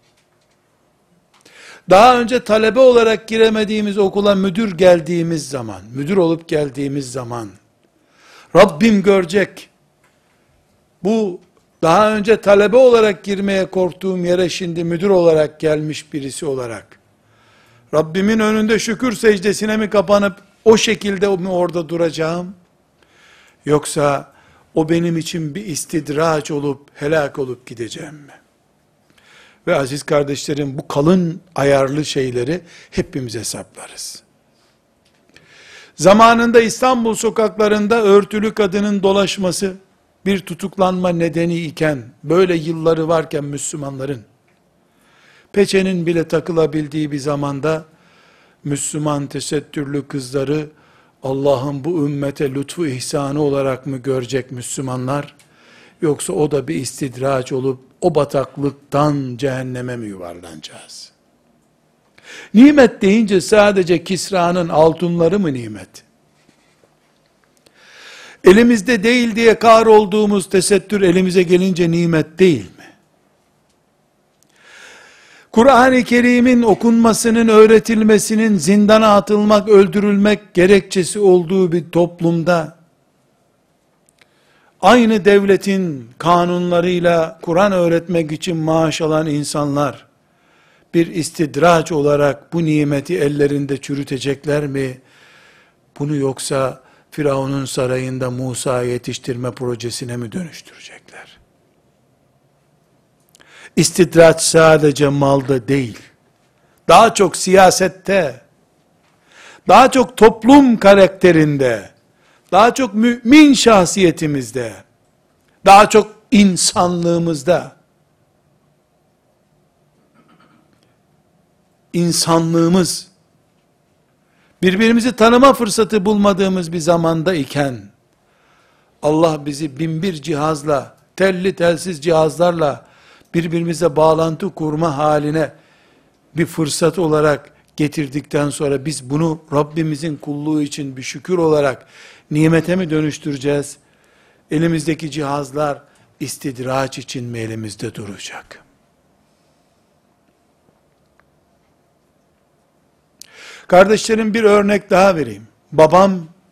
daha önce talebe olarak giremediğimiz okula müdür geldiğimiz zaman, müdür olup geldiğimiz zaman, Rabbim görecek, bu daha önce talebe olarak girmeye korktuğum yere şimdi müdür olarak gelmiş birisi olarak, Rabbimin önünde şükür secdesine mi kapanıp, o şekilde mi orada duracağım? Yoksa o benim için bir istidraç olup helak olup gideceğim mi? Ve aziz kardeşlerim, bu kalın ayarlı şeyleri hepimiz hesaplarız. Zamanında İstanbul sokaklarında örtülü kadının dolaşması bir tutuklanma nedeni iken, böyle yılları varken Müslümanların, peçenin bile takılabildiği bir zamanda, Müslüman tesettürlü kızları Allah'ın bu ümmete lütfu ihsanı olarak mı görecek Müslümanlar? Yoksa o da bir istidraç olup o bataklıktan cehenneme mi yuvarlanacağız? Nimet deyince sadece Kisra'nın altınları mı nimet? Elimizde değil diye kahrolduğumuz tesettür elimize gelince nimet değil mi? Kur'an-ı Kerim'in okunmasının, öğretilmesinin zindana atılmak, öldürülmek gerekçesi olduğu bir toplumda, aynı devletin kanunlarıyla Kur'an öğretmek için maaş alan insanlar, bir istidraç olarak bu nimeti ellerinde çürütecekler mi? Bunu yoksa Firavun'un sarayında Musa'yı yetiştirme projesine mi dönüştürecekler? İstidraç sadece malda değil, daha çok siyasette, daha çok toplum karakterinde, daha çok mümin şahsiyetimizde, daha çok insanlığımızda, insanlığımız, birbirimizi tanıma fırsatı bulmadığımız bir zamanda iken, Allah bizi binbir cihazla, telli telsiz cihazlarla, birbirimize bağlantı kurma haline bir fırsat olarak getirdikten sonra biz bunu Rabbimizin kulluğu için bir şükür olarak nimete mi dönüştüreceğiz? Elimizdeki cihazlar istidraç için mi elimizde duracak? Kardeşlerim, bir örnek daha vereyim. Babam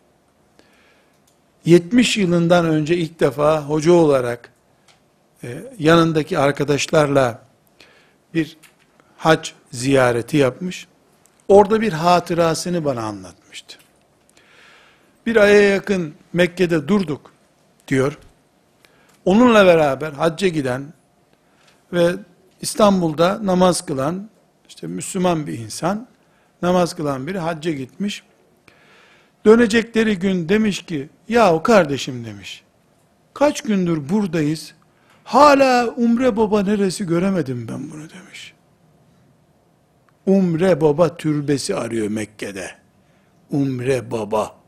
70 yılından önce ilk defa hoca olarak yanındaki arkadaşlarla bir hac ziyareti yapmış. Orada bir hatırasını bana anlatmıştı. Bir aya yakın Mekke'de durduk diyor. Onunla beraber hacca giden ve İstanbul'da namaz kılan, işte Müslüman bir insan, namaz kılan biri hacca gitmiş. Dönecekleri gün demiş ki, yahu kardeşim demiş, kaç gündür buradayız, hala Umre Baba neresi göremedim ben bunu demiş. Umre Baba türbesi arıyor Mekke'de. Umre Baba.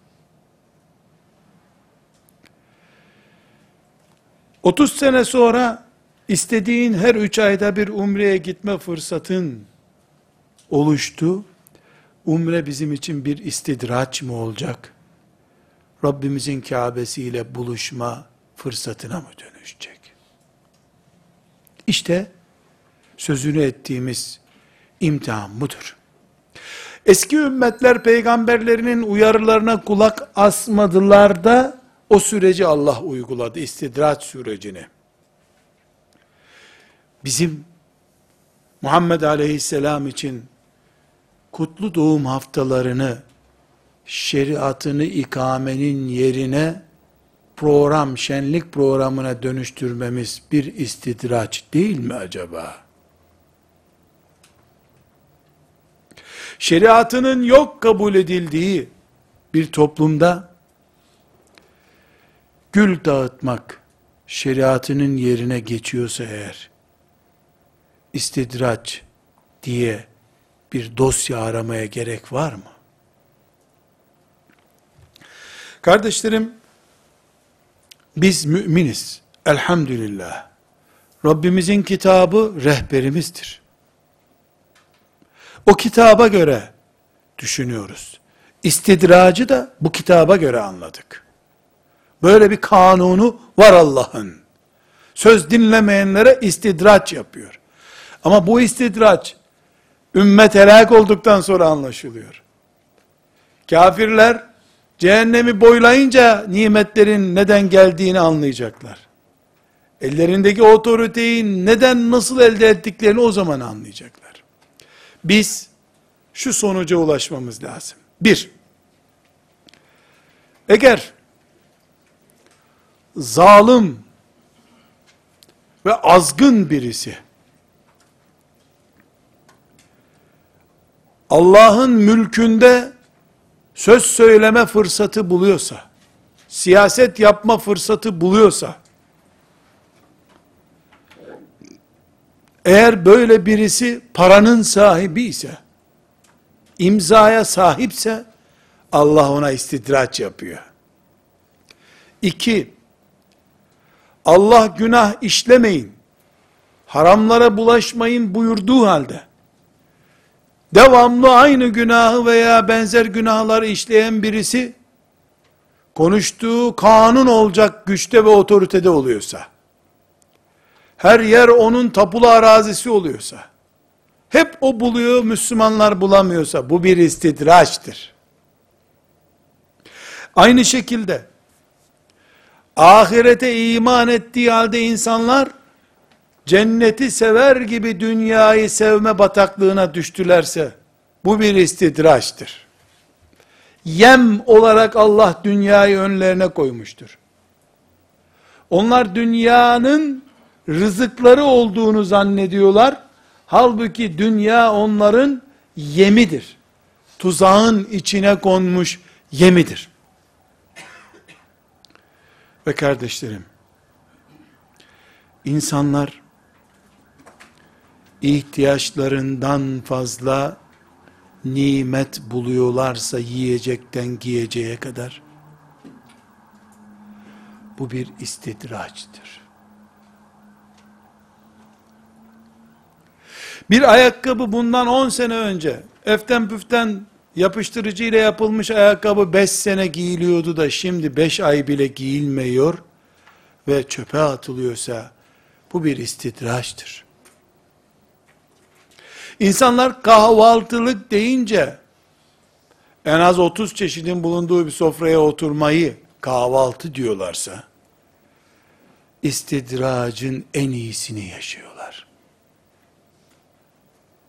Otuz sene sonra istediğin her 3 ayda bir umreye gitme fırsatın oluştu. Umre bizim için bir istidraç mı olacak? Rabbimizin Kabe'si ile buluşma fırsatına mı dönüşecek? İşte sözünü ettiğimiz imtihan budur. Eski ümmetler peygamberlerinin uyarılarına kulak asmadılar da o süreci Allah uyguladı, istidraç sürecini. Bizim Muhammed Aleyhisselam için kutlu doğum haftalarını şeriatını ikamenin yerine program, şenlik programına dönüştürmemiz bir istidraç değil mi acaba? Şeriatının yok kabul edildiği bir toplumda gül dağıtmak şeriatının yerine geçiyorsa eğer, istidraç diye bir dosya aramaya gerek var mı? Kardeşlerim, biz müminiz. Elhamdülillah. Rabbimizin kitabı rehberimizdir. O kitaba göre düşünüyoruz. İstidracı da bu kitaba göre anladık. Böyle bir kanunu var Allah'ın. Söz dinlemeyenlere istidraç yapıyor. Ama bu istidraç ümmet helak olduktan sonra anlaşılıyor. Kafirler cehennemi boylayınca nimetlerin neden geldiğini anlayacaklar. Ellerindeki otoriteyi neden nasıl elde ettiklerini o zaman anlayacaklar. Biz şu sonuca ulaşmamız lazım. Bir, eğer zalim ve azgın birisi Allah'ın mülkünde söz söyleme fırsatı buluyorsa, siyaset yapma fırsatı buluyorsa, eğer böyle birisi paranın sahibi ise, imzaya sahipse, Allah ona istidraç yapıyor. İki, Allah günah işlemeyin, haramlara bulaşmayın buyurduğu halde, devamlı aynı günahı veya benzer günahları işleyen birisi, konuştuğu kanun olacak güçte ve otoritede oluyorsa, her yer onun tapulu arazisi oluyorsa, hep o buluyor, Müslümanlar bulamıyorsa, bu bir istidraçtır. Aynı şekilde, ahirete iman ettiği halde insanlar, cenneti sever gibi dünyayı sevme bataklığına düştülerse, bu bir istidraçtır. Yem olarak Allah dünyayı önlerine koymuştur. Onlar dünyanın rızıkları olduğunu zannediyorlar. Halbuki dünya onların yemidir. Tuzağın içine konmuş yemidir. Ve kardeşlerim, insanlar ihtiyaçlarından fazla nimet buluyorlarsa yiyecekten giyeceğe kadar, bu bir istidraçtır. Bir ayakkabı bundan 10 sene önce eften püften yapıştırıcı ile yapılmış ayakkabı 5 sene giyiliyordu da şimdi 5 ay bile giyilmiyor ve çöpe atılıyorsa bu bir istidraçtır. İnsanlar kahvaltılık deyince en az 30 çeşidin bulunduğu bir sofraya oturmayı kahvaltı diyorlarsa, istidracın en iyisini yaşıyorlar.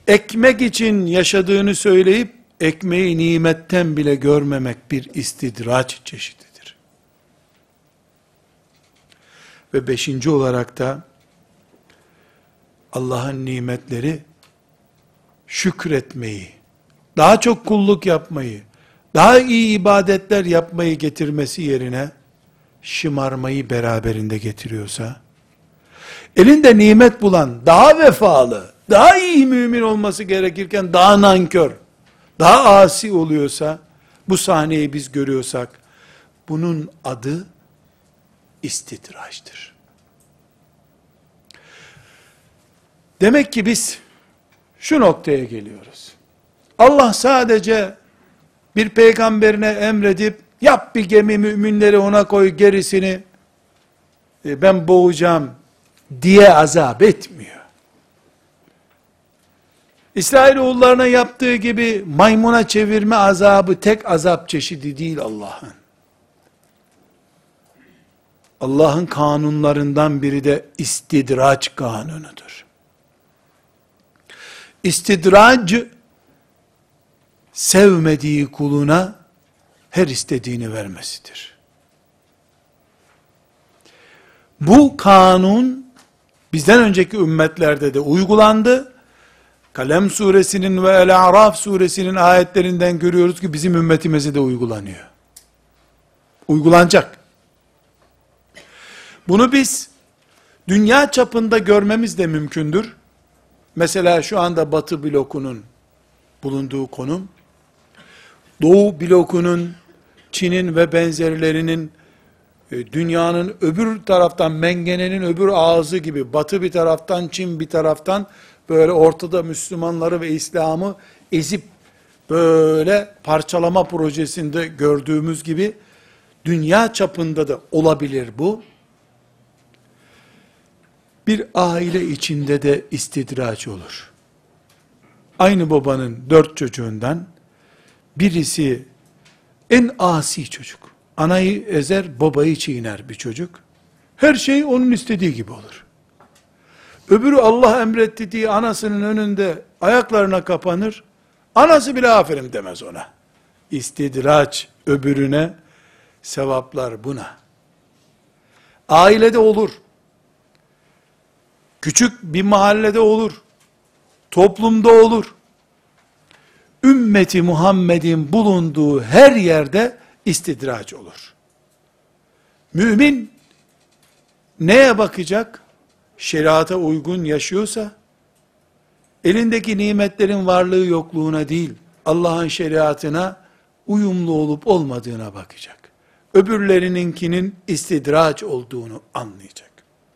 ekmek için yaşadığını söyleyip, ekmeği nimetten bile görmemek bir istidraç çeşididir. Ve beşinci olarak da, Allah'ın nimetleri, şükretmeyi, daha çok kulluk yapmayı, daha iyi ibadetler yapmayı getirmesi yerine, şımarmayı beraberinde getiriyorsa, elinde nimet bulan, daha vefalı, daha iyi mümin olması gerekirken, daha nankör, daha asi oluyorsa, bu sahneyi biz görüyorsak, bunun adı, istidraçtır. Demek ki biz, şu noktaya geliyoruz. Allah sadece, bir peygamberine emredip, yap bir gemi, müminleri ona koy, gerisini ben boğacağım diye azap etmiyor. İsrailoğullarına yaptığı gibi maymuna çevirme azabı tek azap çeşidi değil Allah'ın. Allah'ın kanunlarından biri de istidraç kanunudur. İstidrac, sevmediği kuluna her istediğini vermesidir. Bu kanun bizden önceki ümmetlerde de uygulandı. Kalem suresinin ve El-A'raf suresinin ayetlerinden görüyoruz ki bizim ümmetimize de uygulanıyor. Uygulanacak. Bunu biz dünya çapında görmemiz de mümkündür. Mesela şu anda Batı blokunun bulunduğu konum, Doğu blokunun, Çin'in ve benzerlerinin dünyanın öbür taraftan, mengenenin öbür ağzı gibi, Batı bir taraftan, Çin bir taraftan, böyle ortada Müslümanları ve İslam'ı ezip, böyle parçalama projesinde gördüğümüz gibi, dünya çapında da olabilir bu. Bir aile içinde de istidraç olur. Aynı babanın 4 çocuğundan, birisi en asi çocuk. Anayı ezer, babayı çiğner bir çocuk. Her şey onun istediği gibi olur. Öbürü Allah emretti diye anasının önünde ayaklarına kapanır. Anası bile aferin demez ona. İstidraç öbürüne, sevaplar buna. Ailede olur. Küçük bir mahallede olur. Toplumda olur. Ümmeti Muhammed'in bulunduğu her yerde istidraç olur. Mümin neye bakacak? Şeriata uygun yaşıyorsa, elindeki nimetlerin varlığı yokluğuna değil, Allah'ın şeriatına uyumlu olup olmadığına bakacak. Öbürlerininkinin istidraç olduğunu anlayacak.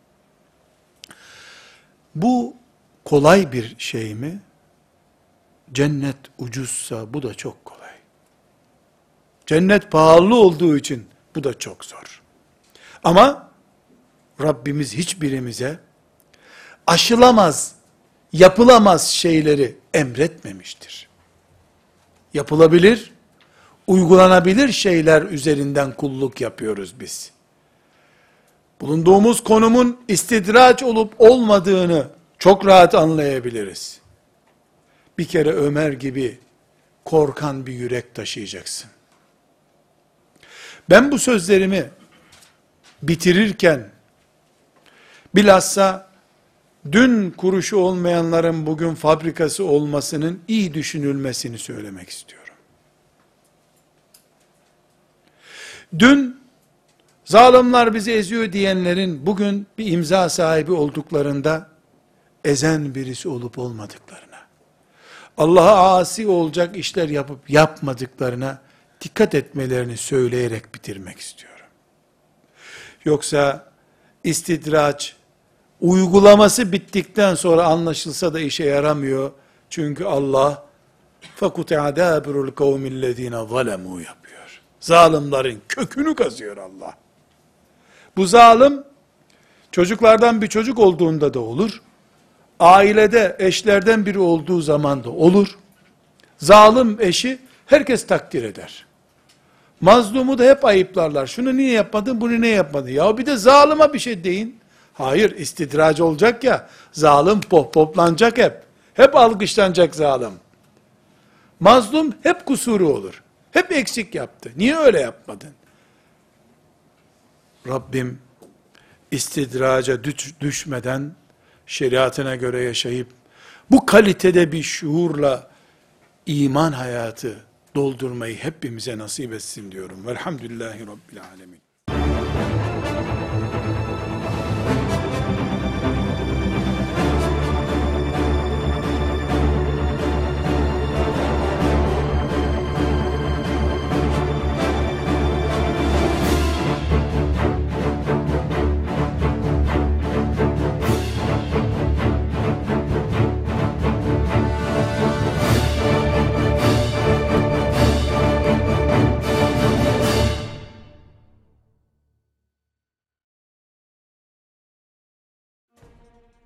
Bu kolay bir şey mi? Cennet ucuzsa bu da çok kolay. Cennet pahalı olduğu için bu da çok zor. Ama Rabbimiz hiçbirimize aşılamaz, yapılamaz şeyleri emretmemiştir. Yapılabilir, uygulanabilir şeyler üzerinden kulluk yapıyoruz biz. Bulunduğumuz konumun istidraç olup olmadığını çok rahat anlayabiliriz. Bir kere Ömer gibi korkan bir yürek taşıyacaksın. Ben bu sözlerimi bitirirken, bilhassa dün kuruşu olmayanların bugün fabrikası olmasının iyi düşünülmesini söylemek istiyorum. Dün zalimler bizi eziyor diyenlerin bugün bir imza sahibi olduklarında ezen birisi olup olmadıklarına, Allah'a asi olacak işler yapıp yapmadıklarına dikkat etmelerini söyleyerek bitirmek istiyorum. Yoksa istidraç uygulaması bittikten sonra anlaşılsa da işe yaramıyor. Çünkü Allah فَكُتَعَ دَابِرُ الْقَوْمِ الَّذ۪ينَ ظَلَمُوا yapıyor. Zalimlerin kökünü kazıyor Allah. Bu zalim, çocuklardan bir çocuk olduğunda da olur. Ailede eşlerden biri olduğu zaman da olur. Zalim eşi herkes takdir eder. Mazlumu da hep ayıplarlar. Şunu niye yapmadın, bunu niye yapmadın? Ya bir de zalime bir şey deyin. Hayır, istidraç olacak ya, zalim pohpoplanacak hep. Hep alkışlanacak zalim. Mazlum hep kusuru olur. Hep eksik yaptı. Niye öyle yapmadın? Rabbim istidraca düşmeden şeriatına göre yaşayıp bu kalitede bir şuurla iman hayatı doldurmayı hepimize nasip etsin diyorum. Velhamdülillahi Rabbil Alemin.